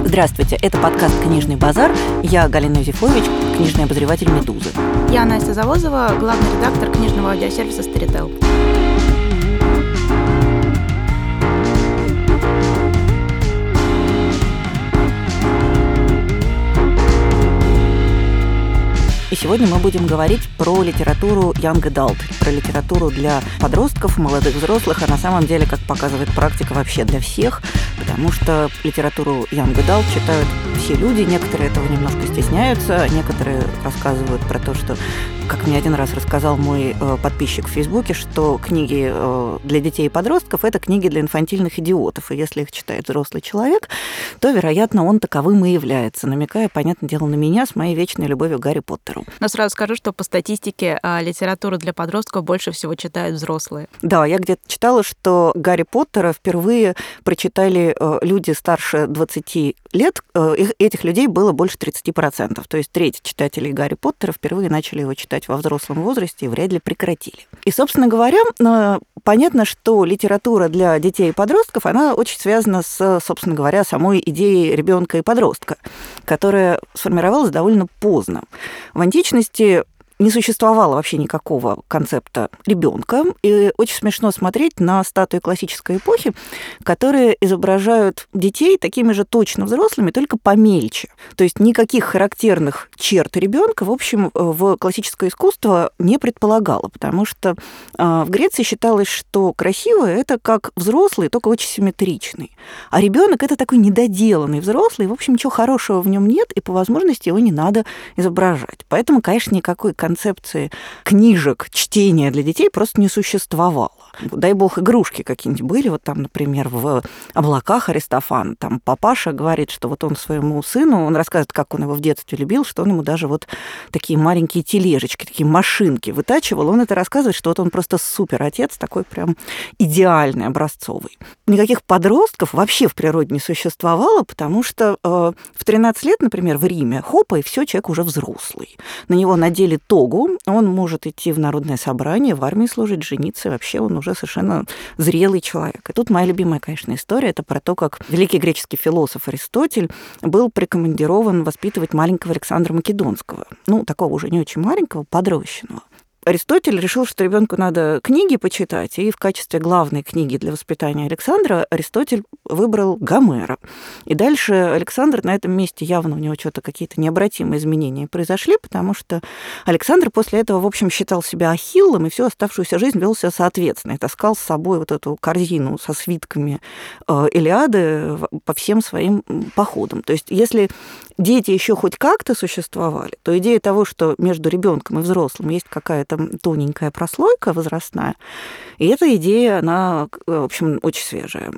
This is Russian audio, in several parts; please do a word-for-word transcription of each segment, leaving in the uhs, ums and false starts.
Здравствуйте, это подкаст «Книжный базар». Я Галина Юзефович, книжный обозреватель «Медузы». Я Настя Завозова, главный редактор книжного аудиосервиса Storytel. И сегодня мы будем говорить про литературу young adult, про литературу для подростков, молодых взрослых, а на самом деле, как показывает практика, вообще для всех, потому что литературу young adult читают все люди, некоторые этого немножко стесняются, некоторые рассказывают про то, что, как мне один раз рассказал мой э, подписчик в Фейсбуке, что книги э, для детей и подростков – это книги для инфантильных идиотов, и если их читает взрослый человек, то, вероятно, он таковым и является, намекая, понятное дело, на меня с моей вечной любовью к Гарри Поттеру. Но сразу скажу, что по статистике литературу для подростков больше всего читают взрослые. Да, я где-то читала, что Гарри Поттера впервые прочитали люди старше двадцати лет. Этих людей было больше тридцати процентов. То есть треть читателей Гарри Поттера впервые начали его читать во взрослом возрасте и вряд ли прекратили. И, собственно говоря, понятно, что литература для детей и подростков, она очень связана с, собственно говоря, самой идеей ребенка и подростка, которая сформировалась довольно поздно. В античности не существовало вообще никакого концепта ребенка, и очень смешно смотреть на статуи классической эпохи, которые изображают детей такими же точно взрослыми, только помельче. То есть никаких характерных черт ребенка, в общем, в классическое искусство не предполагало, потому что в Греции считалось, что красивый – это как взрослый, только очень симметричный, а ребенок – это такой недоделанный взрослый, в общем, ничего хорошего в нем нет, и по возможности его не надо изображать. Поэтому, конечно, никакой концепции книжек, чтения для детей просто не существовало. Дай бог, игрушки какие-нибудь были. Вот там, например, в «Облаках» Аристофан, там папаша говорит, что вот он своему сыну, он рассказывает, как он его в детстве любил, что он ему даже вот такие маленькие тележечки, такие машинки вытачивал. Он это рассказывает, что вот он просто супер отец, такой прям идеальный, образцовый. Никаких подростков вообще в природе не существовало, потому что э, в тринадцать лет, например, в Риме, хопа, и все, человек уже взрослый. На него надели тогу, он может идти в народное собрание, в армии служить, жениться, и вообще он уже совершенно зрелый человек. И тут моя любимая, конечно, история, это про то, как великий греческий философ Аристотель был прикомандирован воспитывать маленького Александра Македонского. Ну, такого уже не очень маленького, подрощенного. Аристотель решил, что ребенку надо книги почитать, и в качестве главной книги для воспитания Александра Аристотель выбрал Гомера. И дальше Александр на этом месте явно у него что-то какие-то необратимые изменения произошли, потому что Александр после этого, в общем, считал себя Ахиллом, и всю оставшуюся жизнь вел себя соответственно, и таскал с собой вот эту корзину со свитками Илиады по всем своим походам. То есть если дети еще хоть как-то существовали, то идея того, что между ребенком и взрослым есть какая-то тоненькая прослойка возрастная, и эта идея, она, в общем, очень свежая.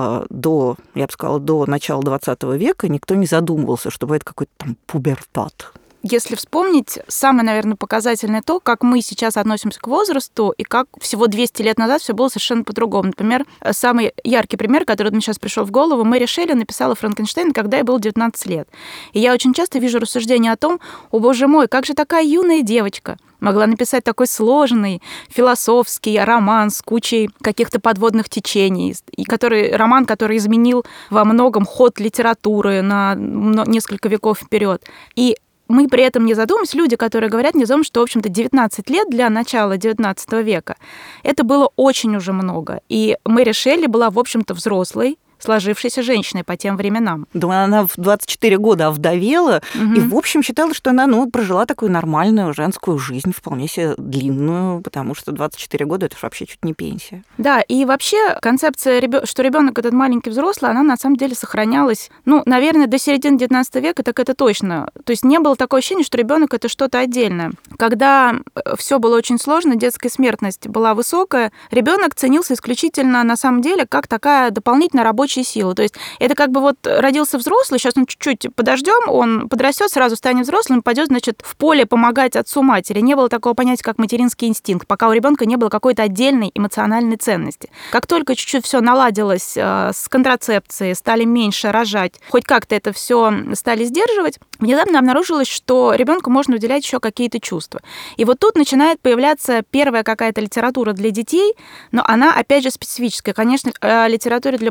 До, я бы сказала, до начала двадцатого века никто не задумывался, что бывает какой-то там пубертат. Если вспомнить, самое, наверное, показательное то, как мы сейчас относимся к возрасту, и как всего двести лет назад все было совершенно по-другому. Например, самый яркий пример, который мне сейчас пришел в голову, Мэри Шелли написала «Франкенштейн», когда ей было девятнадцать лет. И я очень часто вижу рассуждения о том, о, боже мой, как же такая юная девочка могла написать такой сложный философский роман с кучей каких-то подводных течений, и который, роман, который изменил во многом ход литературы на несколько веков вперед. И мы при этом не задумываемся, люди, которые говорят не о том, что, в общем-то, девятнадцать лет для начала девятнадцатого века это было очень уже много. И Мэри Шелли была, в общем-то, взрослой, сложившейся женщиной по тем временам. Да, она в двадцать четыре года овдовела, угу. И, в общем, считала, что она ну, прожила такую нормальную женскую жизнь, вполне себе длинную, потому что двадцать четыре года – это же вообще чуть не пенсия. Да, и вообще концепция, что ребенок этот маленький взрослый, она на самом деле сохранялась, ну, наверное, до середины девятнадцатого века, так это точно. То есть не было такого ощущения, что ребенок это что-то отдельное. Когда все было очень сложно, детская смертность была высокая, ребенок ценился исключительно, на самом деле, как такая дополнительная рабочая силы. То есть это как бы вот родился взрослый, сейчас он чуть-чуть подождем, он подрастет, сразу станет взрослым, пойдет, значит, в поле помогать отцу матери. Не было такого понятия, как материнский инстинкт, пока у ребенка не было какой-то отдельной эмоциональной ценности. Как только чуть-чуть все наладилось с контрацепцией, стали меньше рожать, хоть как-то это все стали сдерживать, внезапно обнаружилось, что ребенку можно уделять еще какие-то чувства. И вот тут начинает появляться первая какая-то литература для детей, но она, опять же, специфическая. Конечно, о литературе для подростков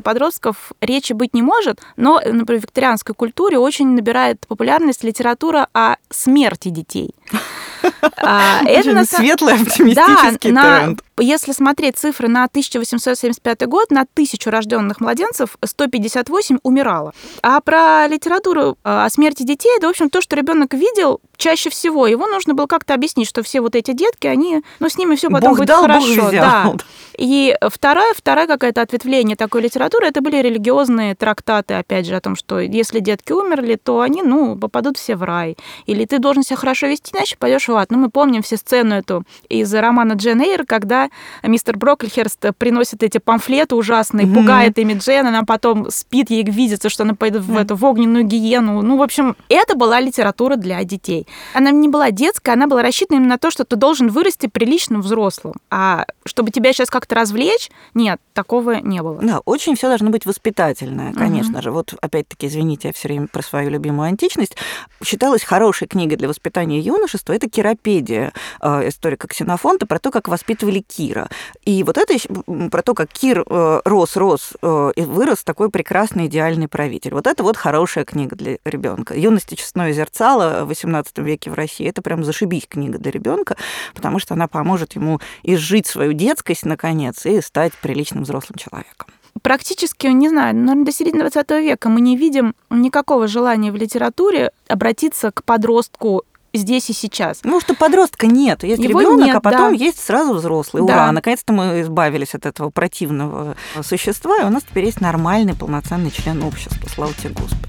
подростков речи быть не может, но, например, в викторианской культуре очень набирает популярность литература о смерти детей. Это на светлый, оптимистический тренд. Если смотреть цифры на тысяча восемьсот семьдесят пятый год, на тысячу рожденных младенцев сто пятьдесят восемь умирало. А про литературу о смерти детей, это, в общем, то, что ребенок видел чаще всего. Его нужно было как-то объяснить, что все вот эти детки, они, ну, с ними все потом Бог будет дал, хорошо. Бог взял. Да. И вторая, вторая какая-то ответвление такой литературы, это были религиозные трактаты, опять же, о том, что если детки умерли, то они, ну, попадут все в рай. Или ты должен себя хорошо вести, иначе пойдешь в ад. Ну, мы помним все сцену эту из романа Джейн Эйр, когда мистер Броклихерст приносит эти памфлеты ужасные, mm-hmm. пугает ими Джейн, она потом спит, ей видится, что она пойдет в эту в огненную гиену. Ну, в общем, это была литература для детей. Она не была детская, она была рассчитана именно на то, что ты должен вырасти приличным взрослым. А чтобы тебя сейчас как-то развлечь, нет, такого не было. Да, очень все должно быть воспитательное, конечно mm-hmm. же. Вот, опять-таки, извините, я все время про свою любимую античность. Считалась хорошей книгой для воспитания юношества. Это «Киропедия» историка Ксенофонта про то, как воспитывали Кира. И вот это про то, как Кир рос-рос и вырос такой прекрасный, идеальный правитель. Вот это вот хорошая книга для ребенка. «Юность и честное зерцало» в восемнадцатом веке в России — это прям зашибись книга для ребенка, потому что она поможет ему изжить свою детскость, наконец, и стать приличным взрослым человеком. Практически, не знаю, наверное, до середины двадцатого века мы не видим никакого желания в литературе обратиться к подростку здесь и сейчас. Ну, что подростка нет. Есть ребенок, а потом да. есть сразу взрослый. Ура! Да. Наконец-то мы избавились от этого противного существа, и у нас теперь есть нормальный, полноценный член общества. Слава тебе, Господи.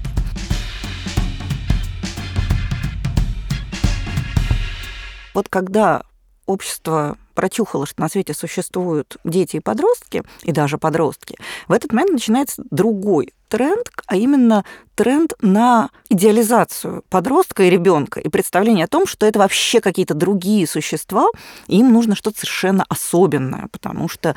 Вот когда общество прочухало, что на свете существуют дети и подростки, и даже подростки, в этот момент начинается другой тренд, а именно тренд на идеализацию подростка и ребенка и представление о том, что это вообще какие-то другие существа, и им нужно что-то совершенно особенное, потому что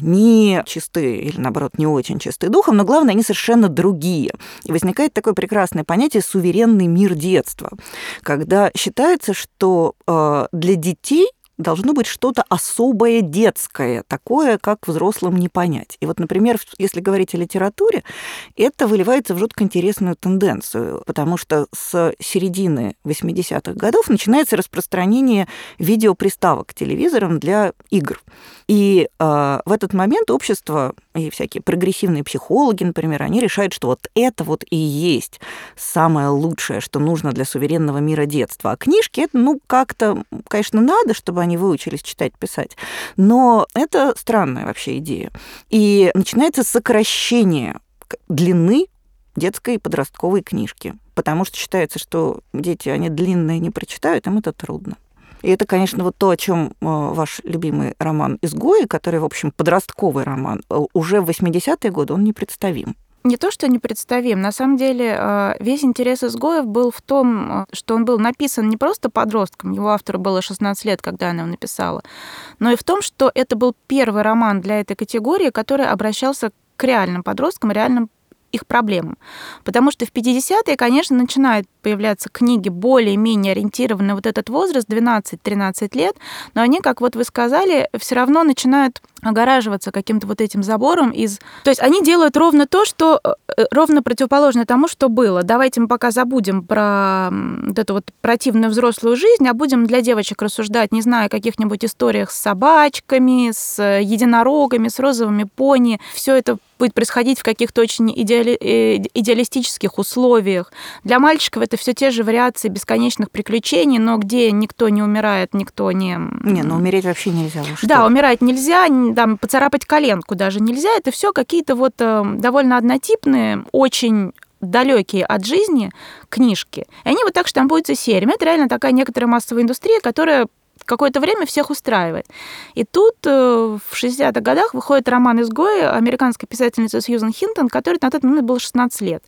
они чистые или, наоборот, не очень чистые духом, но главное, они совершенно другие. И возникает такое прекрасное понятие «суверенный мир детства», когда считается, что для детей должно быть что-то особое детское, такое, как взрослым не понять. И вот, например, если говорить о литературе, это выливается в жутко интересную тенденцию, потому что с середины восьмидесятых годов начинается распространение видеоприставок к телевизорам для игр. И э, в этот момент общество и всякие прогрессивные психологи, например, они решают, что вот это вот и есть самое лучшее, что нужно для суверенного мира детства. А книжки, это, ну, как-то, конечно, надо, чтобы они выучились читать, писать, но это странная вообще идея. И начинается сокращение длины детской и подростковой книжки, потому что считается, что дети, они длинные не прочитают, им это трудно. И это, конечно, вот то, о чем ваш любимый роман «Изгои», который, в общем, подростковый роман, уже в восьмидесятые годы он непредставим. Не то, что непредставим. На самом деле, весь интерес «Изгоев» был в том, что он был написан не просто подростком, его автору было шестнадцать лет, когда она его написала, но и в том, что это был первый роман для этой категории, который обращался к реальным подросткам, реальным их проблемам. Потому что в пятидесятые, конечно, начинают появляться книги более-менее ориентированные на вот этот возраст, двенадцать-тринадцать лет, но они, как вот вы сказали, все равно начинают огораживаться каким-то вот этим забором из... То есть они делают ровно то, что ровно противоположно тому, что было. Давайте мы пока забудем про вот эту вот противную взрослую жизнь, а будем для девочек рассуждать, не знаю, о каких-нибудь историях с собачками, с единорогами, с розовыми пони. Все это будет происходить в каких-то очень идеали... идеалистических условиях. Для мальчиков это все те же вариации бесконечных приключений, но где никто не умирает, никто не... Не, ну умереть вообще нельзя. Да, умирать нельзя, там, поцарапать коленку даже нельзя. Это все какие-то вот довольно однотипные, очень далекие от жизни книжки. И они вот так штампуются сериями. Это реально такая некоторая массовая индустрия, которая какое-то время всех устраивает. И тут в шестидесятых годах выходит роман «Изгои» американской писательницы Сьюзен Хинтон, которой на тот момент было шестнадцать лет.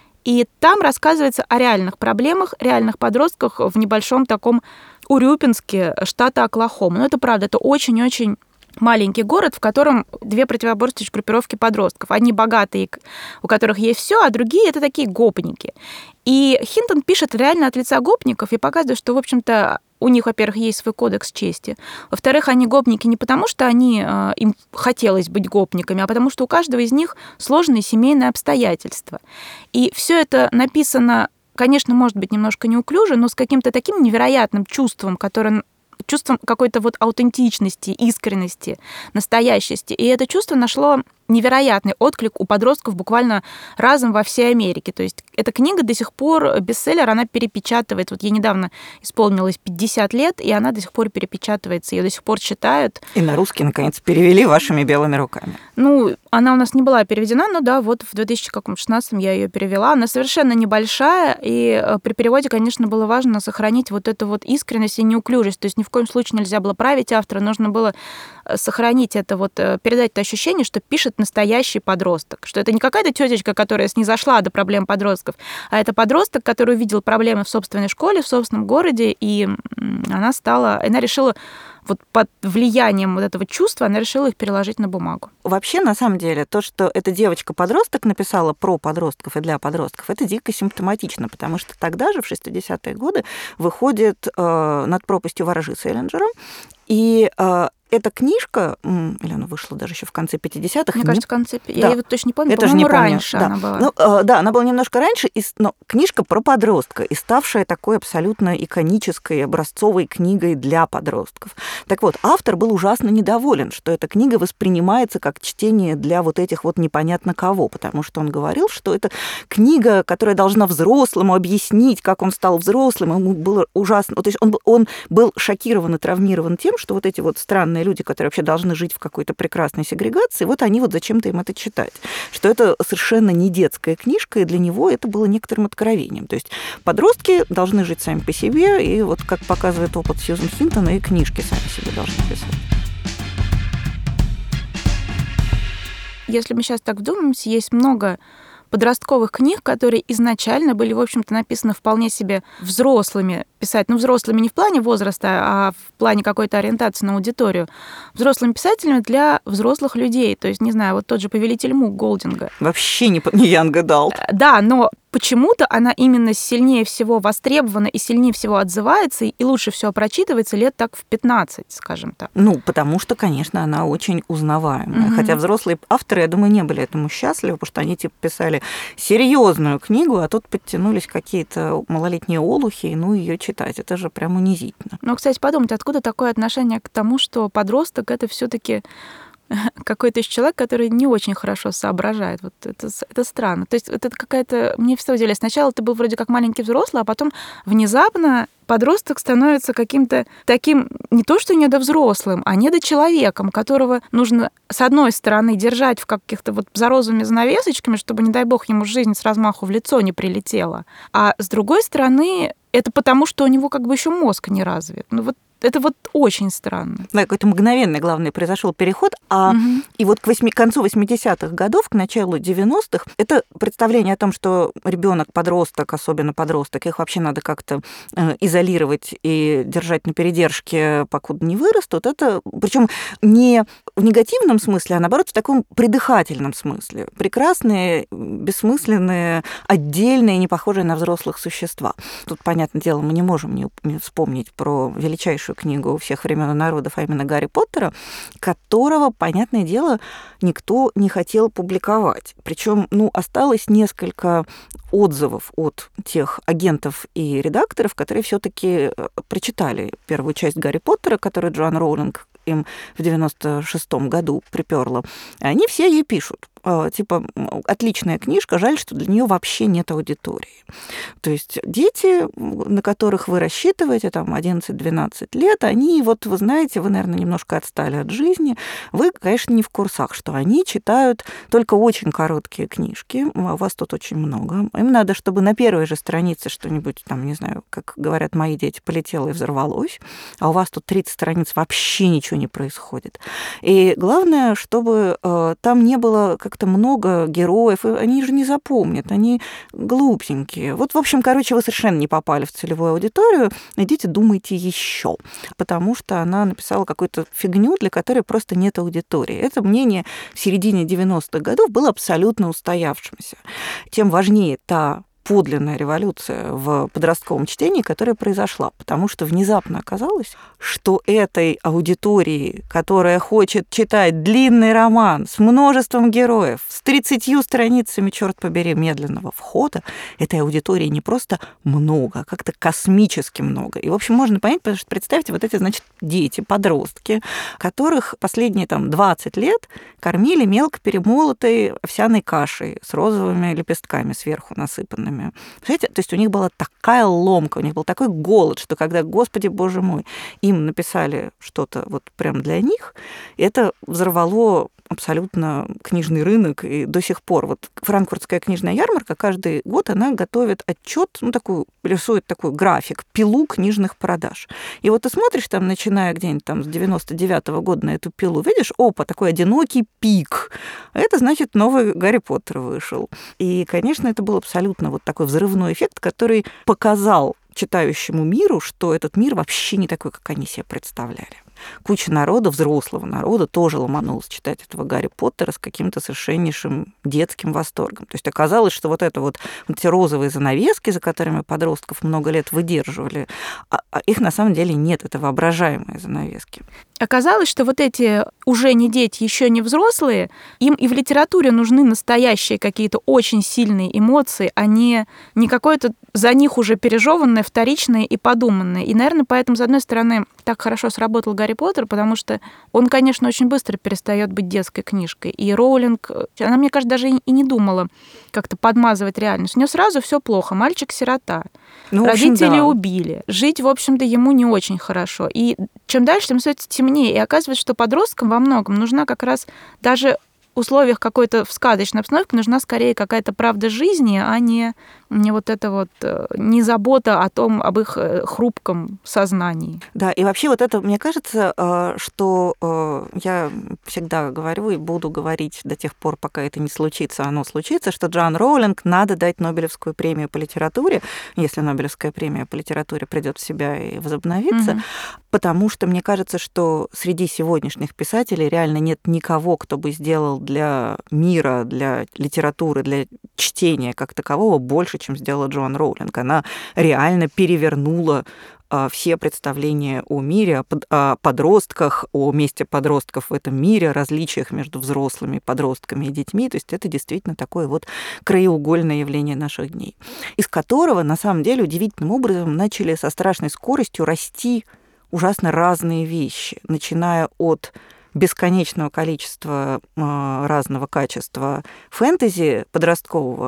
И там рассказывается о реальных проблемах, реальных подростках в небольшом таком Урюпинске, штата Оклахома. Но это правда, это очень-очень маленький город, в котором две противоборствующие группировки подростков. Одни богатые, у которых есть все, а другие — это такие гопники. И Хинтон пишет реально от лица гопников и показывает, что, в общем-то, у них, во-первых, есть свой кодекс чести. Во-вторых, они гопники не потому, что они, им хотелось быть гопниками, а потому что у каждого из них сложные семейные обстоятельства. И все это написано, конечно, может быть, немножко неуклюже, но с каким-то таким невероятным чувством, которое чувством какой-то вот аутентичности, искренности, настоящести. И это чувство нашло невероятный отклик у подростков буквально разом во всей Америке. То есть эта книга до сих пор бестселлер, она перепечатывает. Вот ей недавно исполнилось пятьдесят лет, и она до сих пор перепечатывается, ее до сих пор читают. И на русский, наконец, перевели вашими белыми руками. Ну, она у нас не была переведена, но да, вот в две тысячи шестнадцатом я ее перевела. Она совершенно небольшая, и при переводе, конечно, было важно сохранить вот эту вот искренность и неуклюжесть. То есть ни в коем случае нельзя было править автора, нужно было сохранить это вот, передать это ощущение, что пишет настоящий подросток, что это не какая-то тетечка, которая снизошла до проблем подростков, а это подросток, который увидел проблемы в собственной школе, в собственном городе, и она стала, она решила вот под влиянием вот этого чувства, она решила их переложить на бумагу. Вообще, на самом деле, то, что эта девочка-подросток написала про подростков и для подростков, это дико симптоматично, потому что тогда же, в шестидесятые годы, выходит э, «Над пропастью ворожи» Селлинджера, и э, эта книжка, или она вышла даже еще в конце пятидесятых. Мне кажется, в конце... Да. Я его точно не помню, я по-моему, не помню. раньше да. она была. Ну, э, да, она была немножко раньше, и, но книжка про подростка, и ставшая такой абсолютно иконической, образцовой книгой для подростков. Так вот, автор был ужасно недоволен, что эта книга воспринимается как чтение для вот этих вот непонятно кого, потому что он говорил, что это книга, которая должна взрослому объяснить, как он стал взрослым, ему было ужасно... То есть он, он был шокирован и травмирован тем, что вот эти вот странные люди, которые вообще должны жить в какой-то прекрасной сегрегации, вот они вот зачем-то им это читать. Что это совершенно не детская книжка, и для него это было некоторым откровением. То есть подростки должны жить сами по себе, и вот как показывает опыт Сьюзен Хинтон, и книжки сами себе должны писать. Если мы сейчас так вдумаемся, есть много подростковых книг, которые изначально были, в общем-то, написаны вполне себе взрослыми писать, ну, взрослыми не в плане возраста, а в плане какой-то ориентации на аудиторию, взрослыми писателями для взрослых людей. То есть, не знаю, вот тот же «Повелитель мух» Голдинга. Вообще не, не Янг Адалт. Да, но почему-то она именно сильнее всего востребована и сильнее всего отзывается, и лучше всего прочитывается лет так в пятнадцать, скажем так. Ну, потому что, конечно, она очень узнаваемая. Mm-hmm. Хотя взрослые авторы, я думаю, не были этому счастливы, потому что они типа писали серьезную книгу, а тут подтянулись какие-то малолетние олухи, и ну ее читать. Это же прям унизительно. Ну, кстати, подумать, откуда такое отношение к тому, что подросток — это все-таки какой-то человек, который не очень хорошо соображает. Вот это, это странно. То есть это какая-то... Мне всегда удивляет. Сначала ты был вроде как маленький взрослый, а потом внезапно подросток становится каким-то таким не то что недовзрослым, а недочеловеком, которого нужно, с одной стороны, держать в каких-то вот за розовыми занавесочками, чтобы, не дай бог, ему жизнь с размаху в лицо не прилетела. А с другой стороны, это потому, что у него как бы еще мозг не развит. Ну вот это вот очень странно. Да, какой-то мгновенный, главное, произошел переход. А угу. И вот к, восьми, к концу восьмидесятых годов, к началу девяностых, это представление о том, что ребенок, подросток, особенно подросток, их вообще надо как-то изолировать и держать на передержке, покуда не вырастут. Это, причем не в негативном смысле, а наоборот в таком придыхательном смысле. Прекрасные, бессмысленные, отдельные, не похожие на взрослых существа. Тут, понятное дело, мы не можем не вспомнить про величайшую книгу всех времен и народов, а именно Гарри Поттера, которого, понятное дело, никто не хотел публиковать. Причем, ну, осталось несколько отзывов от тех агентов и редакторов, которые все-таки прочитали первую часть Гарри Поттера, которую Джоан Роулинг им в девяносто шестом году приперла. Они все ей пишут. Типа, отличная книжка, жаль, что для нее вообще нет аудитории. То есть дети, на которых вы рассчитываете, там, одиннадцать-двенадцать лет, они, вот вы знаете, вы, наверное, немножко отстали от жизни, вы, конечно, не в курсах, что они читают только очень короткие книжки, а вас тут очень много. Им надо, чтобы на первой же странице что-нибудь, там, не знаю, как говорят мои дети, полетело и взорвалось, а у вас тут тридцать страниц, вообще ничего не происходит. И главное, чтобы э, там не было как как-то много героев, и они же не запомнят, они глупенькие. Вот, в общем, короче, вы совершенно не попали в целевую аудиторию, идите думайте еще, потому что она написала какую-то фигню, для которой просто нет аудитории. Это мнение в середине девяностых годов было абсолютно устоявшимся. Тем важнее та подлинная революция в подростковом чтении, которая произошла, потому что внезапно оказалось, что этой аудитории, которая хочет читать длинный роман с множеством героев, с тридцатью страницами, черт побери, медленного входа, этой аудитории не просто много, а как-то космически много. И, в общем, можно понять, потому что представьте, вот эти, значит, дети, подростки, которых последние там двадцать лет кормили мелко перемолотой овсяной кашей с розовыми лепестками сверху насыпанными. Знаете, то есть у них была такая ломка, у них был такой голод, что когда, Господи, Боже мой, им написали что-то вот прям для них, это взорвало абсолютно книжный рынок, и до сих пор вот франкфуртская книжная ярмарка каждый год она готовит отчет, ну такую рисует такой график, пилу книжных продаж. И вот ты смотришь там, начиная где-нибудь там с девяносто девятого года на эту пилу, видишь, опа, такой одинокий пик. Это значит, новый Гарри Поттер вышел. И, конечно, это был абсолютно вот такой взрывной эффект, который показал читающему миру, что этот мир вообще не такой, как они себе представляли. Куча народа, взрослого народа, тоже ломанулась читать этого Гарри Поттера с каким-то совершеннейшим детским восторгом. То есть оказалось, что вот это вот, вот эти розовые занавески, за которыми подростков много лет выдерживали, а, а их на самом деле нет, это воображаемые занавески. Оказалось, что вот эти уже не дети, еще не взрослые, им и в литературе нужны настоящие какие-то очень сильные эмоции, а не, не какое-то за них уже пережеванное, вторичное и подуманное. И, наверное, поэтому, с одной стороны, так хорошо сработал Гарри Поттер, потому что он, конечно, очень быстро перестает быть детской книжкой. И Роулинг, она, мне кажется, даже и не думала как-то подмазывать реальность. У нее сразу все плохо. Мальчик-сирота. Ну, родители общем, да. убили. Жить, в общем-то, ему не очень хорошо. И чем дальше, тем становится темнее. И оказывается, что подросткам во многом нужна как раз даже в условиях какой-то в сказочной обстановки нужна скорее какая-то правда жизни, а не, не вот это вот, не забота о том, об их хрупком сознании. Да, и вообще вот это, мне кажется, что я всегда говорю и буду говорить до тех пор, пока это не случится, оно случится, что Джоан Роулинг надо дать Нобелевскую премию по литературе, если Нобелевская премия по литературе придет в себя и возобновится, угу. потому что мне кажется, что среди сегодняшних писателей реально нет никого, кто бы сделал для мира, для литературы, для чтения как такового больше, чем сделала Джоан Роулинг. Она реально перевернула все представления о мире, о подростках, о месте подростков в этом мире, различиях между взрослыми, подростками и детьми. То есть это действительно такое вот краеугольное явление наших дней, из которого, на самом деле, удивительным образом начали со страшной скоростью расти ужасно разные вещи, начиная от бесконечного количества э, разного качества фэнтези подросткового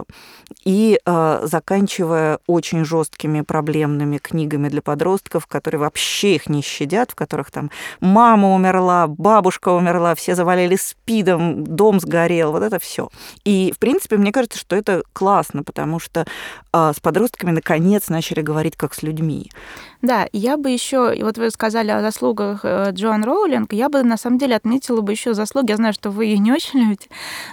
и э, заканчивая очень жесткими проблемными книгами для подростков, которые вообще их не щадят, в которых там мама умерла, бабушка умерла, все завалили спидом, дом сгорел, вот это все. И, в принципе, мне кажется, что это классно, потому что э, с подростками наконец начали говорить как с людьми. Да, я бы еще, и вот вы сказали о заслугах Джоан Роулинг, я бы на самом деле отметила бы еще заслуги, я знаю, что вы ее не очень любите,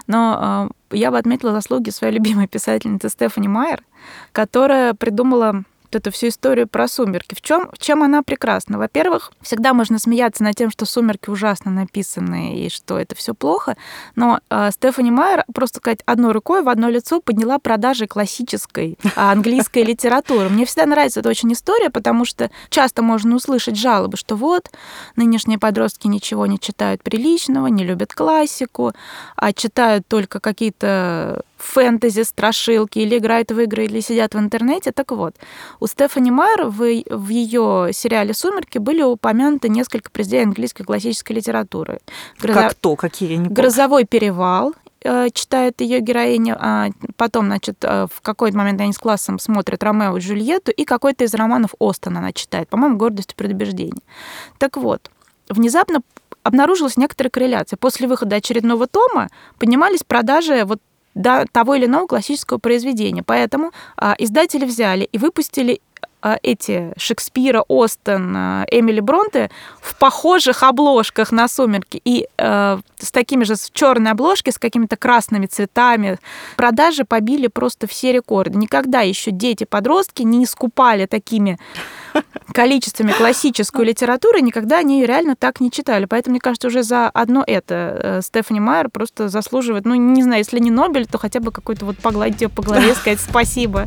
но я бы отметила заслуги своей любимой писательницы Стефани Майер, которая придумала эту всю историю про «Сумерки». В чем, чем она прекрасна? Во-первых, всегда можно смеяться над тем, что «Сумерки» ужасно написаны и что это все плохо, но э, Стефани Майер, просто сказать, одной рукой в одно лицо подняла продажи классической английской литературы. Мне всегда нравится эта очень история, потому что часто можно услышать жалобы, что вот, нынешние подростки ничего не читают приличного, не любят классику, а читают только какие-то фэнтези, страшилки, или играют в игры, или сидят в интернете. Так вот, у Стефани Майер в, в ее сериале «Сумерки» были упомянуты несколько произведений английской классической литературы. Грозо... Как то? Какие? Я не помню. «Грозовой перевал» читает ее героиня, а потом, значит, в какой-то момент они с классом смотрят «Ромео и Джульетту», и какой-то из романов Остена она читает, по-моему, «Гордость и предубеждение». Так вот, внезапно обнаружилась некоторая корреляция. После выхода очередного тома поднимались продажи вот до того или иного классического произведения. Поэтому а, издатели взяли и выпустили эти Шекспира, Остен, Эмили Бронте в похожих обложках на «Сумерки» и э, с такими же черной обложки, с какими-то красными цветами. Продажи побили просто все рекорды. Никогда еще дети-подростки не искупали такими количествами классическую литературу, и никогда они ее реально так не читали. Поэтому, мне кажется, уже за одно это Стефани Майер просто заслуживает, ну, не знаю, если не Нобель, то хотя бы какой-то вот погладить ее по голове и сказать спасибо.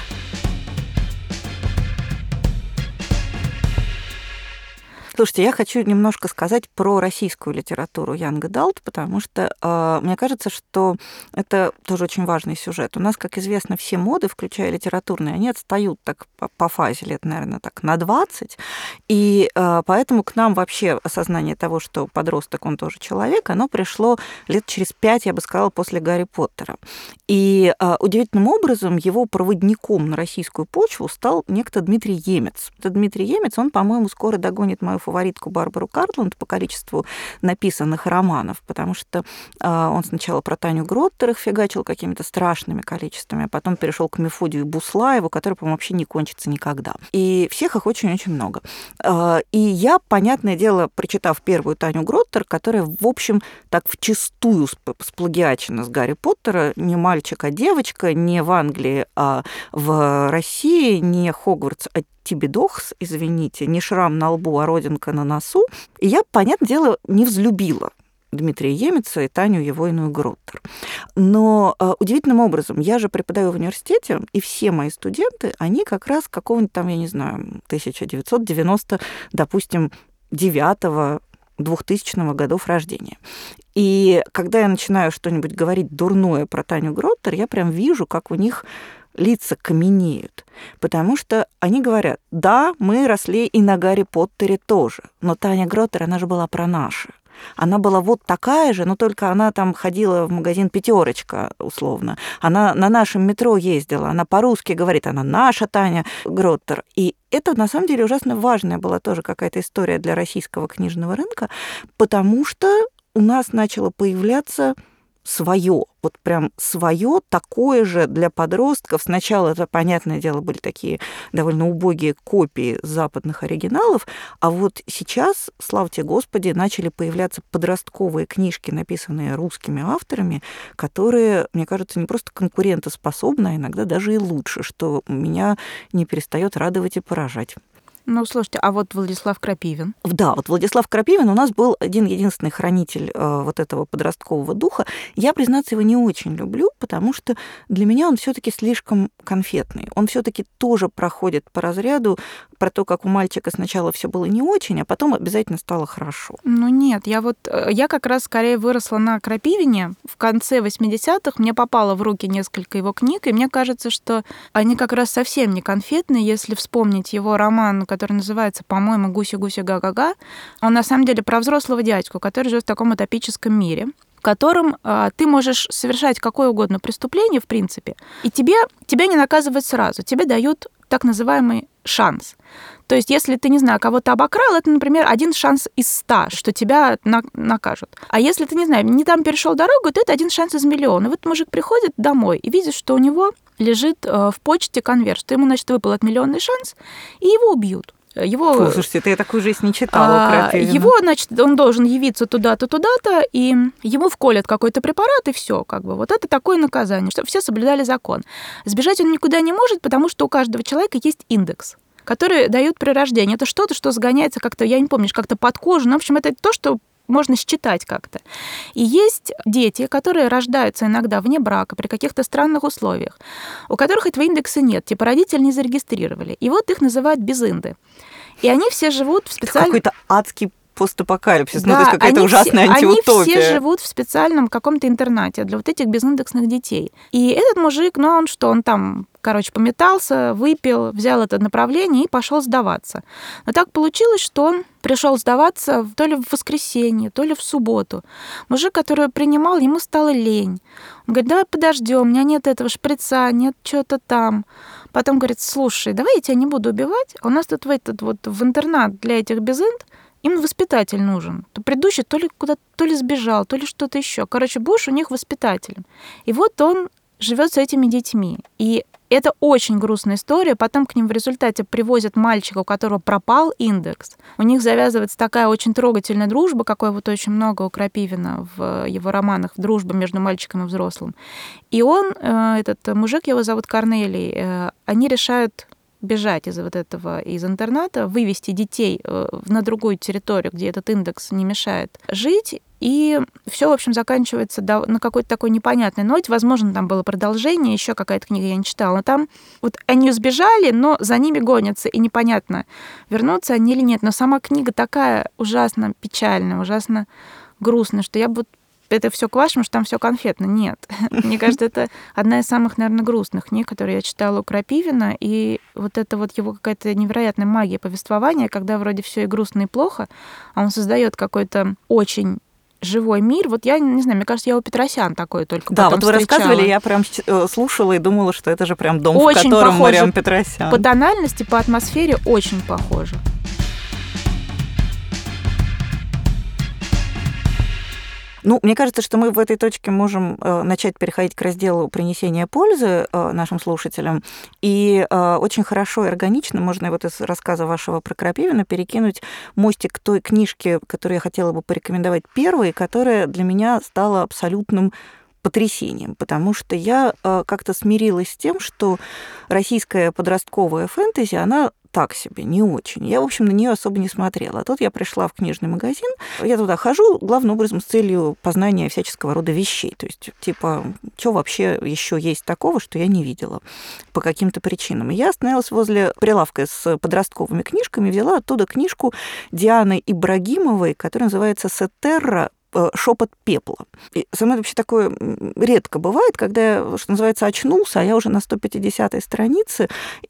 Слушайте, я хочу немножко сказать про российскую литературу Young Adult, потому что э, мне кажется, что это тоже очень важный сюжет. У нас, как известно, все моды, включая литературные, они отстают так по, по фазе лет, наверное, так на двадцать, и э, поэтому к нам вообще осознание того, что подросток, он тоже человек, оно пришло лет через пять, я бы сказала, после Гарри Поттера. И э, удивительным образом его проводником на российскую почву стал некто Дмитрий Емец. Этот Дмитрий Емец, он, по-моему, скоро догонит мою фаворитку Барбару Картланд по количеству написанных романов, потому что э, он сначала про Таню Гроттер их фигачил какими-то страшными количествами, а потом перешел к Мефодию Буслаеву, который, по-моему, вообще не кончится никогда. И всех их очень-очень много. Э, и я, понятное дело, прочитав первую Таню Гроттер, которая, в общем, так вчистую сплагиачена с Гарри Поттера, не мальчик, а девочка, не в Англии, а в России, не Хогвартс, а Тибидохс, извините, не шрам на лбу, а родинка на носу. И я, понятное дело, не взлюбила Дмитрия Емеца и Таню Егойную Гроттер. Но э, удивительным образом, я же преподаю в университете, и все мои студенты, они как раз какого-нибудь там, я не знаю, тысяча девятьсот девяносто, допустим, девятого, двухтысячного годов рождения. И когда я начинаю что-нибудь говорить дурное про Таню Гроттер, я прям вижу, как у них лица каменеют, потому что они говорят: да, мы росли и на Гарри Поттере тоже, но Таня Гроттер, она же была про наши. Она была вот такая же, но только она там ходила в магазин «Пятерочка», условно. Она на нашем метро ездила, она по-русски говорит, она наша Таня Гроттер. И это, на самом деле, ужасно важная была тоже какая-то история для российского книжного рынка, потому что у нас начало появляться свое, вот прям свое, такое же для подростков. Сначала это, понятное дело, были такие довольно убогие копии западных оригиналов, а вот сейчас, славьте Господи, начали появляться подростковые книжки, написанные русскими авторами, которые, мне кажется, не просто конкурентоспособны, а иногда даже и лучше, что меня не перестает радовать и поражать. Ну, слушайте, а вот Владислав Крапивин? Да, вот Владислав Крапивин у нас был один-единственный хранитель э, вот этого подросткового духа. Я, признаться, его не очень люблю, потому что для меня он все-таки слишком конфетный. Он все-таки тоже проходит по разряду про то, как у мальчика сначала все было не очень, а потом обязательно стало хорошо. Ну нет, я вот, я как раз скорее выросла на Крапивине. В конце восьмидесятых мне попало в руки несколько его книг, и мне кажется, что они как раз совсем не конфетные, если вспомнить его роман, который называется, по-моему, «Гуси-гуси-га-га-га». Он на самом деле про взрослого дядьку, который живет в таком утопическом мире, в котором э, ты можешь совершать какое угодно преступление, в принципе, и тебе, тебя не наказывают сразу, тебе дают так называемый шанс. То есть, если ты, не знаю, кого-то обокрал, это, например, один шанс из ста, что тебя на- накажут. А если ты, не знаю, не там перешел дорогу, то это один шанс из миллиона. И вот мужик приходит домой и видит, что у него лежит э, в почте конверт, что ему, значит, выпал от миллионный шанс, и его убьют. Его, Фу, слушайте, ты я такую жизнь не читала. А, его, значит, он должен явиться туда-то, туда-то, и ему вколят какой-то препарат, и все, как бы. Вот это такое наказание, чтобы все соблюдали закон. Сбежать он никуда не может, потому что у каждого человека есть индекс, который дают при рождении. Это что-то, что сгоняется как-то, я не помню, как-то под кожу. Ну, в общем, это то, что можно считать как-то. И есть дети, которые рождаются иногда вне брака, при каких-то странных условиях, у которых этого индекса нет, типа родители не зарегистрировали. И вот их называют безинды. И они все живут в специальном... Какой-то адский постапокалипсис, Да, ну, то есть какая-то ужасная все, антиутопия. Они все живут в специальном каком-то интернате для вот этих безиндексных детей. И этот мужик, ну, он что, он там, короче, пометался, выпил, взял это направление и пошел сдаваться. Но так получилось, что он пришел сдаваться то ли в воскресенье, то ли в субботу. Мужик, который принимал, ему стало лень. Он говорит: давай подождем, у меня нет этого шприца, нет чего-то там. Потом говорит: слушай, давай я тебя не буду убивать, а у нас тут в, этот, вот, в интернат для этих безинд им воспитатель нужен. То предыдущий то ли куда-то то ли сбежал, то ли что-то еще. Короче, будешь у них воспитателем. И вот он живет с этими детьми. И это очень грустная история. Потом к ним в результате привозят мальчика, у которого пропал индекс. У них завязывается такая очень трогательная дружба, какой вот очень много у Крапивина в его романах, дружба между мальчиком и взрослым. И он, этот мужик, его зовут Корнелий, они решают бежать из вот этого, из интерната, вывести детей на другую территорию, где этот индекс не мешает жить. И все, в общем, заканчивается на какой-то такой непонятной ноте. Возможно, там было продолжение, еще какая-то книга я не читала. Но там вот они сбежали, но за ними гонятся, и непонятно, вернутся они или нет. Но сама книга такая ужасно печальная, ужасно грустная, что я бы это все к вашему, что там все конфетно. Нет. Мне кажется, это одна из самых, наверное, грустных книг, которые я читала у Крапивина. И вот это вот его какая-то невероятная магия повествования, когда вроде все и грустно, и плохо, а он создает какой-то очень живой мир. Вот я не знаю, мне кажется, я у Петросян такой только да, потом вот вы встречала. Рассказывали, я прям слушала и думала, что это же прям дом, очень в котором похоже. Марион Петросян. По тональности, по атмосфере очень похоже. Ну, мне кажется, что мы в этой точке можем э, начать переходить к разделу принесения пользы э, нашим слушателям. И э, очень хорошо и органично можно вот из рассказа вашего про Крапивина перекинуть мостик к той книжке, которую я хотела бы порекомендовать первой, которая для меня стала абсолютным потрясением, потому что я э, как-то смирилась с тем, что российская подростковая фэнтези, она так себе, не очень. Я, в общем, на нее особо не смотрела. А тут я пришла в книжный магазин, я туда хожу главным образом с целью познания всяческого рода вещей. То есть, типа, что вообще еще есть такого, что я не видела по каким-то причинам. И я остановилась возле прилавка с подростковыми книжками, взяла оттуда книжку Дианы Ибрагимовой, которая называется «Сетерра. Шепот пепла». И со мной вообще такое редко бывает, когда я, что называется, очнулся, а я уже на сто пятидесятой странице,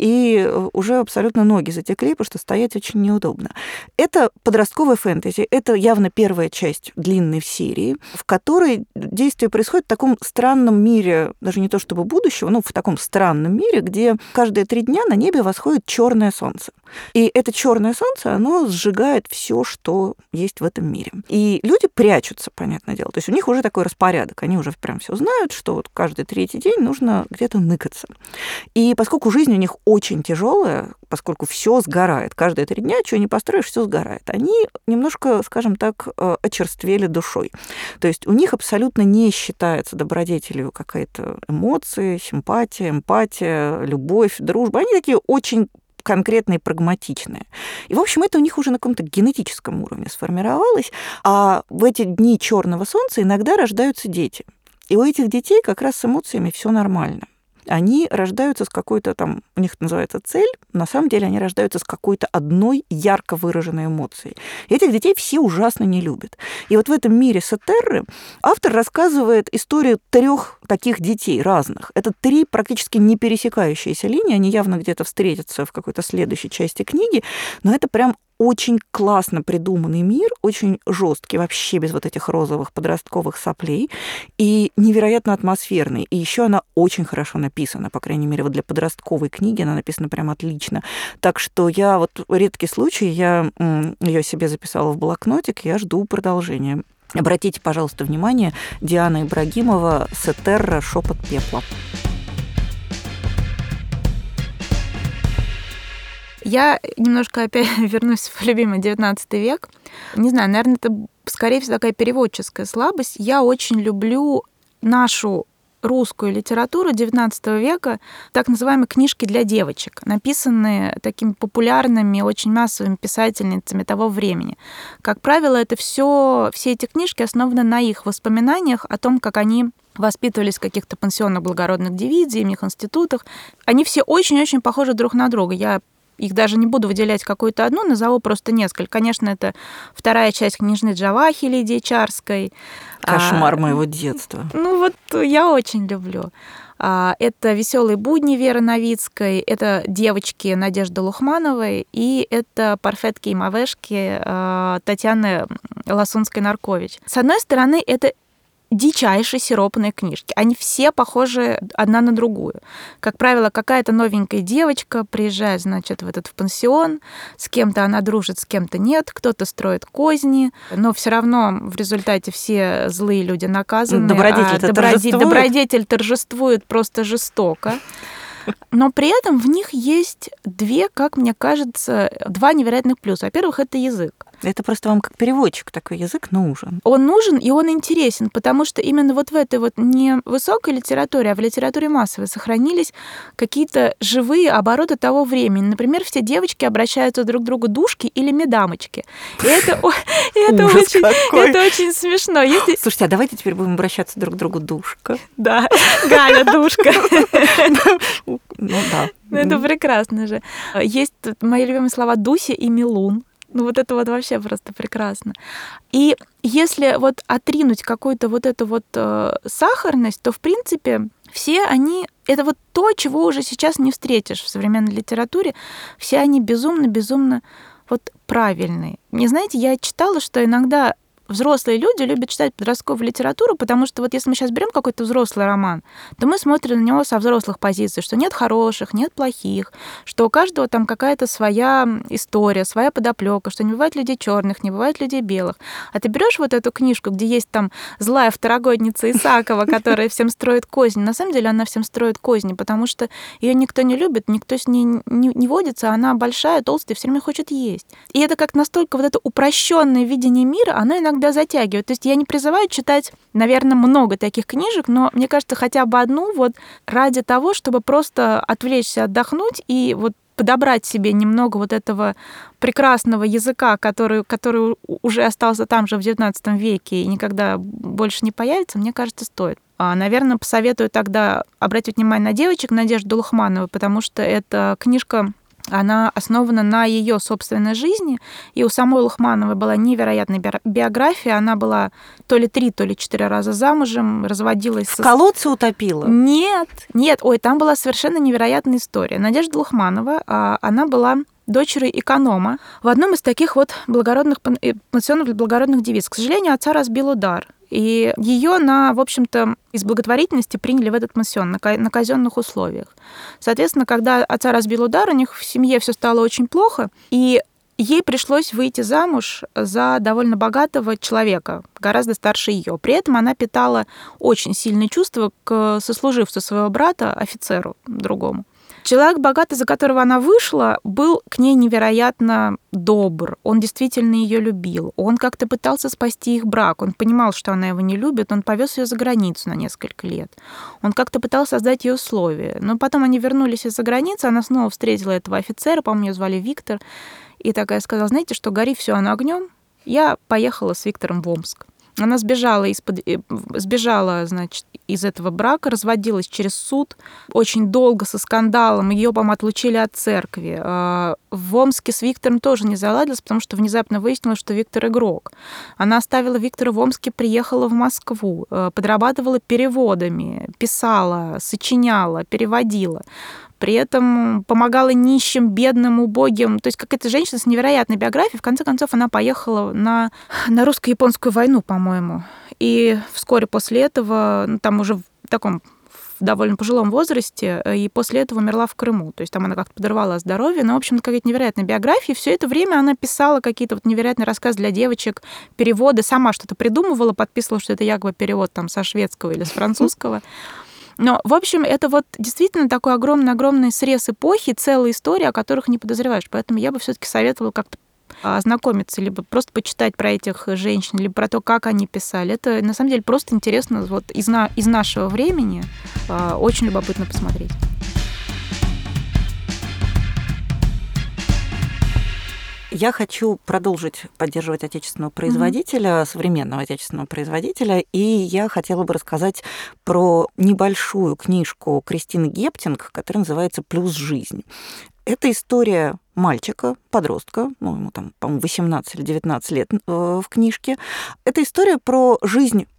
и уже абсолютно ноги затекли, потому что стоять очень неудобно. Это подростковая фэнтези, это явно первая часть длинной в серии, в которой действие происходит в таком странном мире, даже не то чтобы будущего, но в таком странном мире, где каждые три дня на небе восходит черное солнце. И это черное солнце, оно сжигает все, что есть в этом мире. И люди прячутся, понятное дело. То есть у них уже такой распорядок. Они уже прям все знают, что вот каждый третий день нужно где-то ныкаться. И поскольку жизнь у них очень тяжелая, поскольку все сгорает, каждые три дня, что не построишь, все сгорает, они немножко, скажем так, очерствели душой. То есть у них абсолютно не считается добродетелью какая-то эмоция, симпатия, эмпатия, любовь, дружба. Они такие очень конкретные, прагматичные. И, в общем, это у них уже на каком-то генетическом уровне сформировалось. А в эти дни черного солнца иногда рождаются дети. И у этих детей как раз с эмоциями все нормально. Они рождаются с какой-то там, у них это называется цель, на самом деле они рождаются с какой-то одной ярко выраженной эмоцией. И этих детей все ужасно не любят. И вот в этом мире Сетерры автор рассказывает историю трех таких детей разных. Это три практически не пересекающиеся линии, они явно где-то встретятся в какой-то следующей части книги, но это прям очень классно придуманный мир, очень жесткий, вообще без вот этих розовых подростковых соплей, и невероятно атмосферный. И еще она очень хорошо написана, по крайней мере, вот для подростковой книги она написана прям отлично. Так что я вот редкий случай, я ее себе записала в блокнотик, я жду продолжения. Обратите, пожалуйста, внимание, Диана Ибрагимова «Сетерра. Шепот пепла». Я немножко опять вернусь в любимый девятнадцатый век. Не знаю, наверное, это, скорее всего, такая переводческая слабость. Я очень люблю нашу русскую литературу девятнадцатого века, так называемые книжки для девочек, написанные такими популярными, очень массовыми писательницами того времени. Как правило, это все, все эти книжки основаны на их воспоминаниях о том, как они воспитывались в каких-то пансионах благородных девиц, зимних институтах. Они все очень-очень похожи друг на друга. Я их даже не буду выделять какую-то одну, назову просто несколько. Конечно, это вторая часть «Княжны Джавахи» Лидии Чарской. Кошмар а, моего детства. Ну вот я очень люблю. А, это «Веселые будни» Веры Новицкой, это «Девочки» Надежды Лухмановой и это «Парфетки и мавешки» Татьяны Ласунской-Наркович. С одной стороны, это дичайшие сиропные книжки. Они все похожи одна на другую. Как правило, какая-то новенькая девочка приезжает, значит, в этот в пансион, с кем-то она дружит, с кем-то нет, кто-то строит козни, но все равно в результате все злые люди наказаны. Добродетель, а добродетель, добродетель торжествует просто жестоко. Но при этом в них есть две, как мне кажется, два невероятных плюса. Во-первых, это язык. Это просто вам как переводчик такой язык нужен. Он нужен, и он интересен, потому что именно вот в этой вот не высокой литературе, а в литературе массовой сохранились какие-то живые обороты того времени. Например, все девочки обращаются друг к другу душки или медамочки. И это очень смешно. Слушайте, а давайте теперь будем обращаться друг к другу душка. Да, Галя, душка. Ну да. Это прекрасно же. Есть мои любимые слова Дуся и Милун. Ну вот это вот вообще просто прекрасно. И если вот отринуть какую-то вот эту вот э, сахарность, то, в принципе, все они... Это вот то, чего уже сейчас не встретишь в современной литературе. Все они безумно-безумно вот правильные. Не знаете, я читала, что иногда взрослые люди любят читать подростковую литературу, потому что вот если мы сейчас берем какой-то взрослый роман, то мы смотрим на него со взрослых позиций, что нет хороших, нет плохих, что у каждого там какая-то своя история, своя подоплека, что не бывает людей черных, не бывает людей белых. А ты берешь вот эту книжку, где есть там злая второгодница Исакова, которая всем строит козни. На самом деле она всем строит козни, потому что ее никто не любит, никто с ней не, не водится, она большая, толстая, все время хочет есть. И это как настолько вот это упрощенное видение мира, оно иногда затягивает. То есть я не призываю читать, наверное, много таких книжек, но мне кажется, хотя бы одну вот ради того, чтобы просто отвлечься, отдохнуть и вот подобрать себе немного вот этого прекрасного языка, который, который уже остался там же в девятнадцатом веке и никогда больше не появится, мне кажется, стоит. Наверное, посоветую тогда обратить внимание на девочек Надежды Дулахмановой, потому что эта книжка... Она основана на ее собственной жизни, и у самой Лухмановой была невероятная биография. Она была то ли три, то ли четыре раза замужем, разводилась... В колодце утопила? Нет, нет. Ой, там была совершенно невероятная история. Надежда Лухманова, она была дочерью эконома в одном из таких вот благородных пансионов для благородных девиц. К сожалению, отца разбил удар. И ее на, в общем-то, из благотворительности приняли в этот пансион на казенных условиях. Соответственно, когда отца разбил удар, у них в семье все стало очень плохо, и ей пришлось выйти замуж за довольно богатого человека, гораздо старше ее. При этом она питала очень сильные чувства к сослуживцу своего брата, офицеру другому. Человек богатый, за которого она вышла, был к ней невероятно добр. Он действительно ее любил. Он как-то пытался спасти их брак. Он понимал, что она его не любит. Он повез ее за границу на несколько лет. Он как-то пытался создать ей условия. Но потом они вернулись из-за границы. Она снова встретила этого офицера, по-моему, ее звали Виктор. И такая сказала: знаете что, гори все оно огнем. Я поехала с Виктором в Омск. Она сбежала, из-под, сбежала, значит, из этого брака, разводилась через суд очень долго, со скандалом. Ее, по-моему, отлучили от церкви. В Омске с Виктором тоже не заладилось, потому что внезапно выяснилось, что Виктор игрок. Она оставила Виктора в Омске, приехала в Москву, подрабатывала переводами, писала, сочиняла, переводила. При этом помогала нищим, бедным, убогим. То есть какая-то женщина с невероятной биографией. В конце концов, она поехала на, на русско-японскую войну, по-моему. И вскоре после этого, ну, там уже в таком в довольно пожилом возрасте, и после этого умерла в Крыму. То есть там она как-то подорвала здоровье. Но, в общем, какая-то невероятная биография. И все это время она писала какие-то вот невероятные рассказы для девочек, переводы, сама что-то придумывала, подписывала, что это якобы перевод там со шведского или с французского. Но, в общем, это вот действительно такой огромный-огромный срез эпохи, целая история, о которых не подозреваешь. Поэтому я бы все-таки советовала как-то ознакомиться, либо просто почитать про этих женщин, либо про то, как они писали. Это, на самом деле, просто интересно вот из, на, из нашего времени. Очень любопытно посмотреть. Я хочу продолжить поддерживать отечественного производителя, mm-hmm. современного отечественного производителя, и я хотела бы рассказать про небольшую книжку Кристины Гептинг, которая называется «Плюс жизнь». Это история мальчика, подростка, ну, ему там, по-моему, восемнадцать или девятнадцать лет в книжке. Это история про жизнь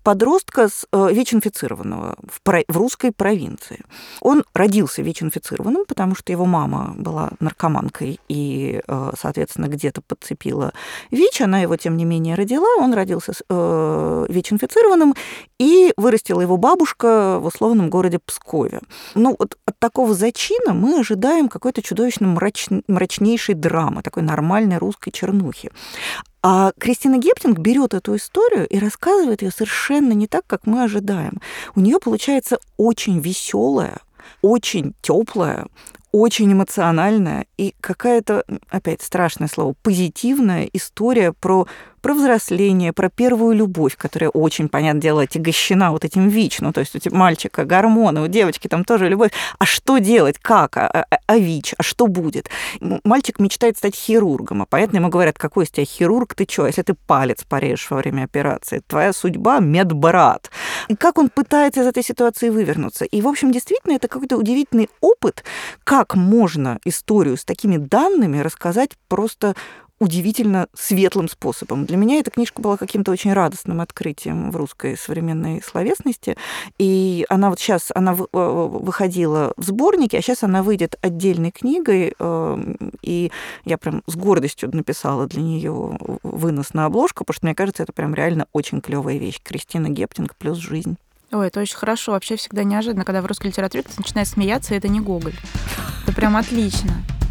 подростка с ВИЧ-инфицированного в, про... в русской провинции. Он родился ВИЧ-инфицированным, потому что его мама была наркоманкой и, соответственно, где-то подцепила ВИЧ. Она его, тем не менее, родила. Он родился с ВИЧ-инфицированным, и вырастила его бабушка в условном городе Пскове. Ну, вот от такого зачина мы ожидаем какой-то чудовищно мрач... мрачнейшей драмы, такой нормальной русской чернухи. А Кристина Гептинг берет эту историю и рассказывает ее совершенно не так, как мы ожидаем. У нее получается очень веселая, очень теплая, очень эмоциональная и какая-то, опять страшное слово, позитивная история про, про взросление, про первую любовь, которая очень, понятное дело, отягощена вот этим ВИЧ. Ну, то есть у мальчика гормоны, у девочки там тоже любовь. А что делать? Как? А, а, а ВИЧ? А что будет? Мальчик мечтает стать хирургом, а понятно, ему говорят, какой из тебя хирург, ты что, если ты палец порежешь во время операции? Твоя судьба – медбрат. И как он пытается из этой ситуации вывернуться? И, в общем, действительно, это какой-то удивительный опыт, как Как можно историю с такими данными рассказать просто удивительно светлым способом. Для меня эта книжка была каким-то очень радостным открытием в русской современной словесности. И она вот сейчас она выходила в сборнике, а сейчас она выйдет отдельной книгой. И я прям с гордостью написала для нее вынос на обложку, потому что, мне кажется, это прям реально очень клевая вещь. Кристина Гептинг плюс жизнь. Ой, это очень хорошо. Вообще всегда неожиданно, когда в русской литературе кто-то начинает смеяться, и это не Гоголь. Это прям отлично.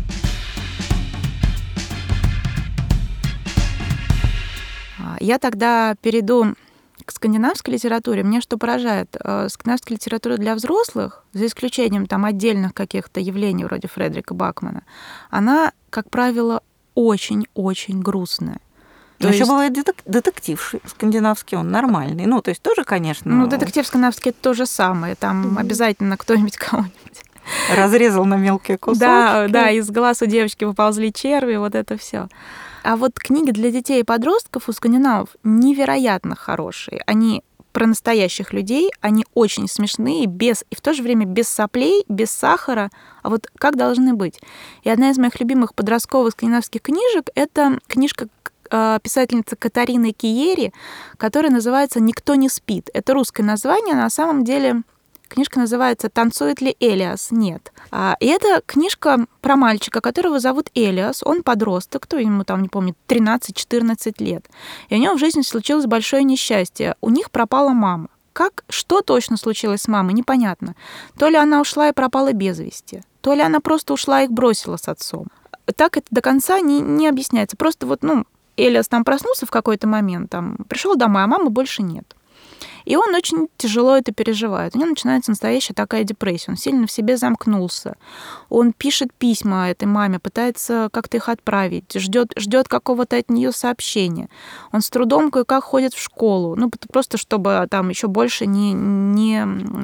Я тогда перейду к скандинавской литературе. Мне что поражает? Скандинавская литература для взрослых, за исключением там отдельных каких-то явлений вроде Фредерика Бакмана, она, как правило, очень-очень грустная. То еще есть... бывает детектив скандинавский, он нормальный. Ну, то есть тоже, конечно... Ну, детектив скандинавский — это то же самое. Там mm-hmm. обязательно кто-нибудь кого-нибудь... Разрезал на мелкие кусочки. Да, да, из глаз у девочки выползли черви, вот это все. А вот книги для детей и подростков у скандинавов невероятно хорошие. Они про настоящих людей, они очень смешные, без, и в то же время без соплей, без сахара, а вот как должны быть. И одна из моих любимых подростковых скандинавских книжек — это книжка писательницы Катарины Киери, которая называется «Никто не спит». Это русское название, на самом деле книжка называется «Танцует ли Элиас?» Нет. И это книжка про мальчика, которого зовут Элиас. Он подросток, кто ему там, не помню, тринадцать-четырнадцать лет. И у него в жизни случилось большое несчастье. У них пропала мама. Как, что точно случилось с мамой, непонятно. То ли она ушла и пропала без вести, то ли она просто ушла и их бросила с отцом. Так это до конца не, не объясняется. Просто вот, ну, Элиас там проснулся в какой-то момент, там, пришел домой, а мамы больше нет. И он очень тяжело это переживает. У него начинается настоящая такая депрессия. Он сильно в себе замкнулся. Он пишет письма этой маме, пытается как-то их отправить, ждет, ждет какого-то от нее сообщения. Он с трудом кое-как ходит в школу, ну, просто чтобы там еще больше не, не,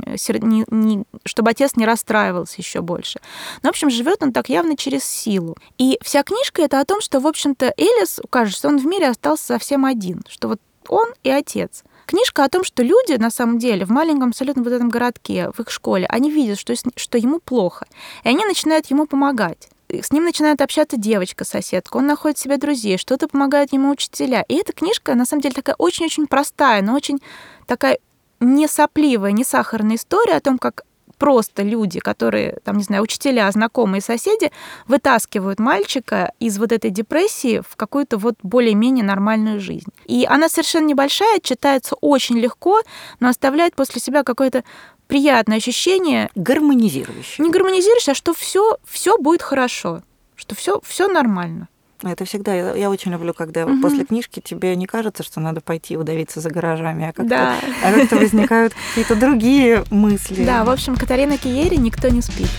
не, не... чтобы отец не расстраивался еще больше. Ну, в общем, живет он так явно через силу. И вся книжка — это о том, что, в общем-то, Элиас, кажется, он в мире остался совсем один, что вот он и отец. Книжка о том, что люди, на самом деле, в маленьком абсолютно вот этом городке, в их школе, они видят, что, что ему плохо, и они начинают ему помогать. С ним начинает общаться девочка-соседка, он находит себе друзей, что-то помогают ему учителя. И эта книжка, на самом деле, такая очень-очень простая, но очень такая не сопливая, не сахарная история о том, как просто люди, которые, там, не знаю, учителя, знакомые, соседи, вытаскивают мальчика из вот этой депрессии в какую-то вот более-менее нормальную жизнь. И она совершенно небольшая, читается очень легко, но оставляет после себя какое-то приятное ощущение. Гармонизирующее. Не гармонизирующее, а что все, все будет хорошо, что все, все нормально. Это всегда, я, я очень люблю, когда угу. после книжки тебе не кажется, что надо пойти удавиться за гаражами, а как-то, да. а как-то возникают какие-то другие мысли. Да, в общем, Катарина Киери «Никто не спит».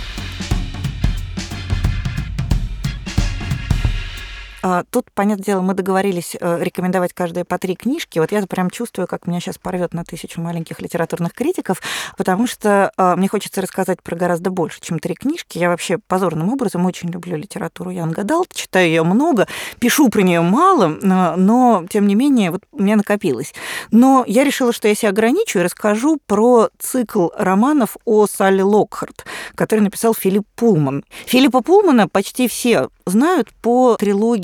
Тут, понятное дело, мы договорились рекомендовать каждые по три книжки. Вот я прям чувствую, как меня сейчас порвет на тысячу маленьких литературных критиков, потому что мне хочется рассказать про гораздо больше, чем три книжки. Я вообще позорным образом очень люблю литературу Янг Адалт, читаю ее много, пишу про нее мало, но, тем не менее, вот у меня накопилось. Но я решила, что я себя ограничу и расскажу про цикл романов о Салли Локхарт, который написал Филипп Пулман. Филиппа Пулмана почти все знают по трилогии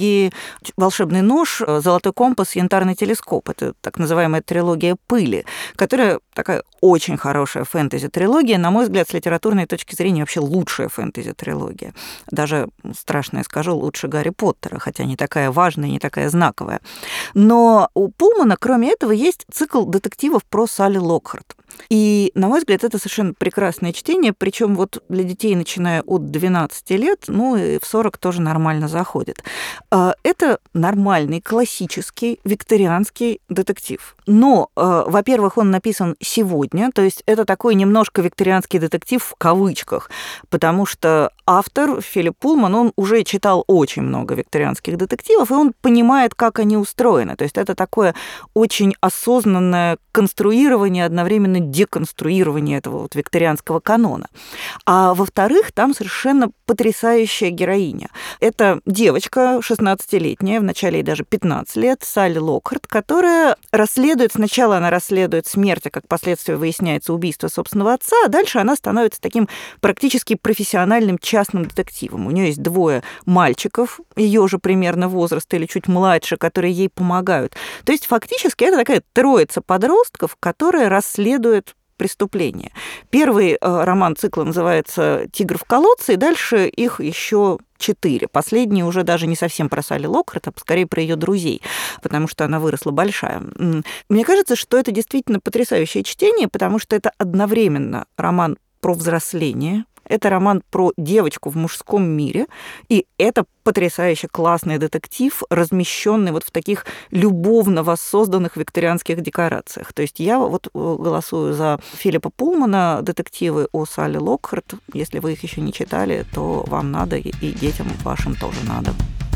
трилогии «Волшебный нож», «Золотой компас», «Янтарный телескоп». Это так называемая трилогия «Пыли», которая такая очень хорошая фэнтези-трилогия. На мой взгляд, с литературной точки зрения, вообще лучшая фэнтези-трилогия. Даже, страшно я скажу, лучше Гарри Поттера, хотя не такая важная, не такая знаковая. Но у Пулмана, кроме этого, есть цикл детективов про Салли Локхарт. И, на мой взгляд, это совершенно прекрасное чтение, причем вот для детей, начиная от двенадцати лет, ну и в сорок тоже нормально заходит. Это нормальный, классический, викторианский детектив. Но, во-первых, он написан сегодня, то есть это такой немножко викторианский детектив в кавычках, потому что автор Филипп Пулман, он уже читал очень много викторианских детективов, и он понимает, как они устроены. То есть это такое очень осознанное конструирование, одновременно деконструирование этого вот викторианского канона. А во-вторых, там совершенно потрясающая героиня. Это девочка шестнадцатилетняя, вначале ей даже пятнадцать лет, Салли Локхарт, которая расследует, сначала она расследует смерть, а как последствие выясняется убийство собственного отца, а дальше она становится таким практически профессиональным частным детективом. У нее есть двое мальчиков, ее же примерно возраста или чуть младше, которые ей помогают. То есть фактически это такая троица подростков, которая расследует преступления. Первый роман цикла называется «Тигр в колодце», и дальше их еще четыре. Последний уже даже не совсем про Салли Локхарт, а скорее про ее друзей, потому что она выросла большая. Мне кажется, что это действительно потрясающее чтение, потому что это одновременно роман про взросление, это роман про девочку в мужском мире, и это потрясающе классный детектив, размещенный вот в таких любовно воссозданных викторианских декорациях. То есть я вот голосую за Филиппа Пулмана, детективы о Салли Локхарт. Если вы их еще не читали, то вам надо, и детям вашим тоже надо.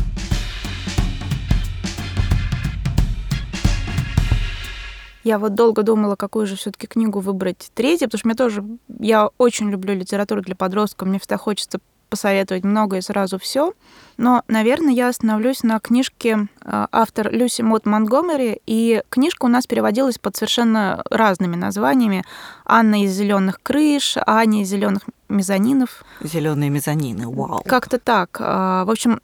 Я вот долго думала, какую же все-таки книгу выбрать третью, потому что мне тоже, я очень люблю литературу для подростков, мне всегда хочется посоветовать много и сразу все. Но, наверное, я остановлюсь на книжке автор Люси Мот Монтгомери, и книжка у нас переводилась под совершенно разными названиями. «Анна из зеленых крыш», «Аня из зеленых мезонинов». Зеленые мезонины, вау. Как-то так. В общем,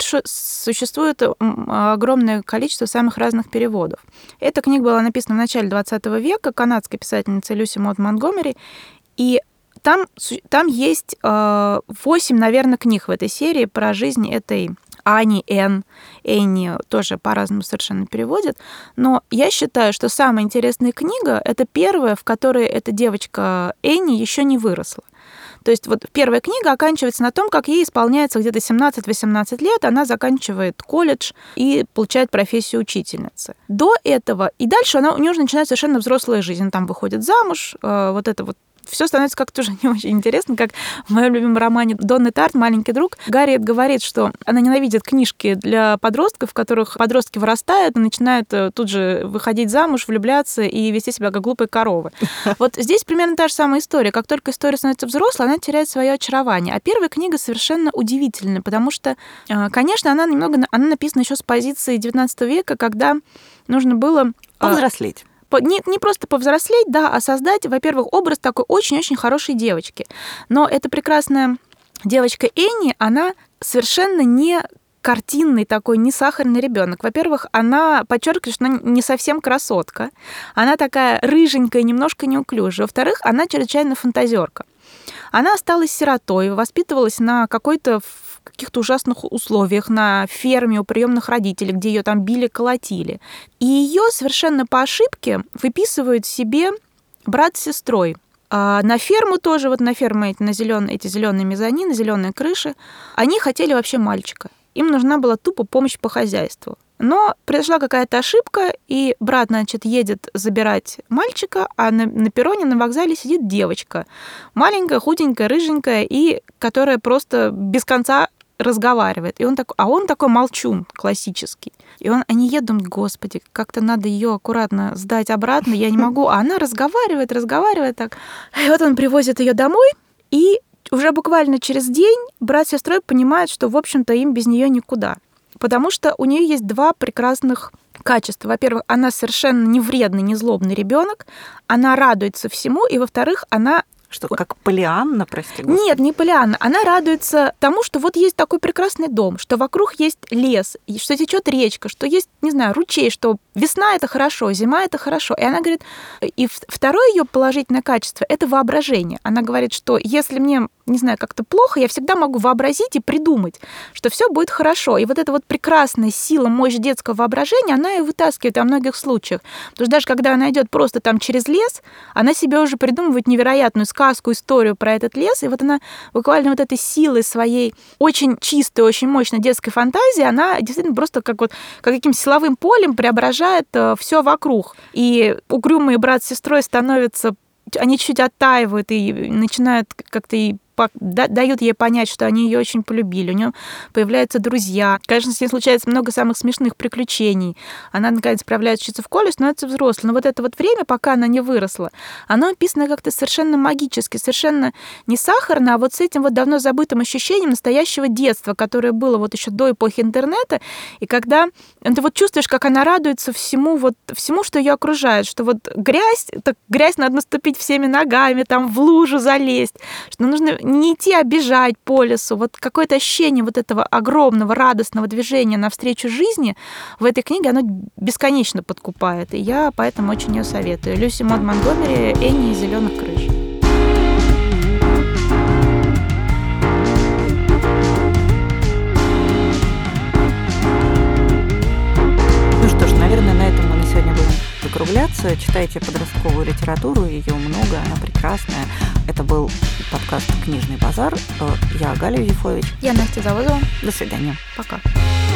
существует огромное количество самых разных переводов. Эта книга была написана в начале двадцатого века канадской писательницей Люси Мот Монтгомери, и Там, там есть восемь, наверное, книг в этой серии про жизнь этой Ани, Энн. Энни тоже по-разному совершенно переводят. Но я считаю, что самая интересная книга — это первая, в которой эта девочка Энни еще не выросла. То есть вот первая книга оканчивается на том, как ей исполняется где-то семнадцать-восемнадцать лет, она заканчивает колледж и получает профессию учительницы. До этого, и дальше она, у нее уже начинается совершенно взрослая жизнь. Она там выходит замуж, вот это вот все становится как-то уже не очень интересно, как в моем любимом романе Донны Тарт «Маленький друг». Гарриет говорит, что она ненавидит книжки для подростков, в которых подростки вырастают и начинают тут же выходить замуж, влюбляться и вести себя как глупые коровы. Вот здесь примерно та же самая история. Как только история становится взрослой, она теряет свое очарование. А первая книга совершенно удивительная, потому что, конечно, она немного она написана еще с позиции девятнадцатого века, когда нужно было повзрослеть. Не, не просто повзрослеть, да, а создать, во-первых, образ такой очень-очень хорошей девочки. Но эта прекрасная девочка Энни, она совершенно не картинный такой, не сахарный ребенок. Во-первых, она подчеркивает, что она не совсем красотка. Она такая рыженькая, немножко неуклюжая. Во-вторых, она чрезвычайно фантазерка. Она осталась сиротой, воспитывалась на какой-то в каких-то ужасных условиях, на ферме у приемных родителей, где ее там били, колотили. И ее совершенно по ошибке выписывают себе брат с сестрой. А на ферму тоже, вот на ферму эти, на зелёные, эти зеленые мезонины, зеленые крыши, они хотели вообще мальчика. Им нужна была тупо помощь по хозяйству. Но произошла какая-то ошибка, и брат, значит, едет забирать мальчика, а на, на перроне на вокзале сидит девочка. Маленькая, худенькая, рыженькая, и которая просто без конца разговаривает. И он такой, а он такой молчун классический. И он, они едут, думают, господи, как-то надо ее аккуратно сдать обратно, я не могу. А она разговаривает, разговаривает так. И вот он привозит ее домой, и уже буквально через день брат с сестрой понимают, что, в общем-то, им без нее никуда. Потому что у нее есть два прекрасных качества. Во-первых, она совершенно не вредный, не злобный ребенок, она радуется всему, и, во-вторых, она Что, как Полианна, прости господи? Нет, не Полианна. Она радуется тому, что вот есть такой прекрасный дом, что вокруг есть лес, и что течет речка, что есть, не знаю, ручей, что весна — это хорошо, зима — это хорошо. И она говорит, и второе ее положительное качество — это воображение. Она говорит, что если мне, не знаю, как-то плохо, я всегда могу вообразить и придумать, что все будет хорошо. И вот эта вот прекрасная сила, мощь детского воображения, она ее вытаскивает во многих случаях. Потому что даже когда она идет просто там через лес, она себе уже придумывает невероятную сказку, историю про этот лес, и вот она буквально вот этой силой своей очень чистой, очень мощной детской фантазии, она действительно просто как вот как каким-то силовым полем преображает все вокруг. И угрюмый брат с сестрой становятся, они чуть-чуть оттаивают и начинают как-то и дают ей понять, что они ее очень полюбили. У нее появляются друзья. Конечно, с ней случается много самых смешных приключений. Она, наконец, отправляется учиться в колледж, становится взрослой. Но вот это вот время, пока она не выросла, оно описано как-то совершенно магически, совершенно не сахарно, а вот с этим вот давно забытым ощущением настоящего детства, которое было вот еще до эпохи интернета, и когда ты вот чувствуешь, как она радуется всему, вот, всему, что ее окружает, что вот грязь, так грязь надо наступить всеми ногами, там в лужу залезть, что нужно не идти, а бежать по лесу. Вот какое-то ощущение вот этого огромного радостного движения навстречу жизни в этой книге, оно бесконечно подкупает. И я поэтому очень ее советую. Люси Мод Монтгомери, Энни из «Зеленых крыш». Ну что ж, наверное, на этом мы на сегодня будем закругляться. Читайте подростковую литературу, ее много, она прекрасная. Это был подкаст «Книжный базар». Я Галя Юзефович. Я Настя Заводова. До свидания. Пока.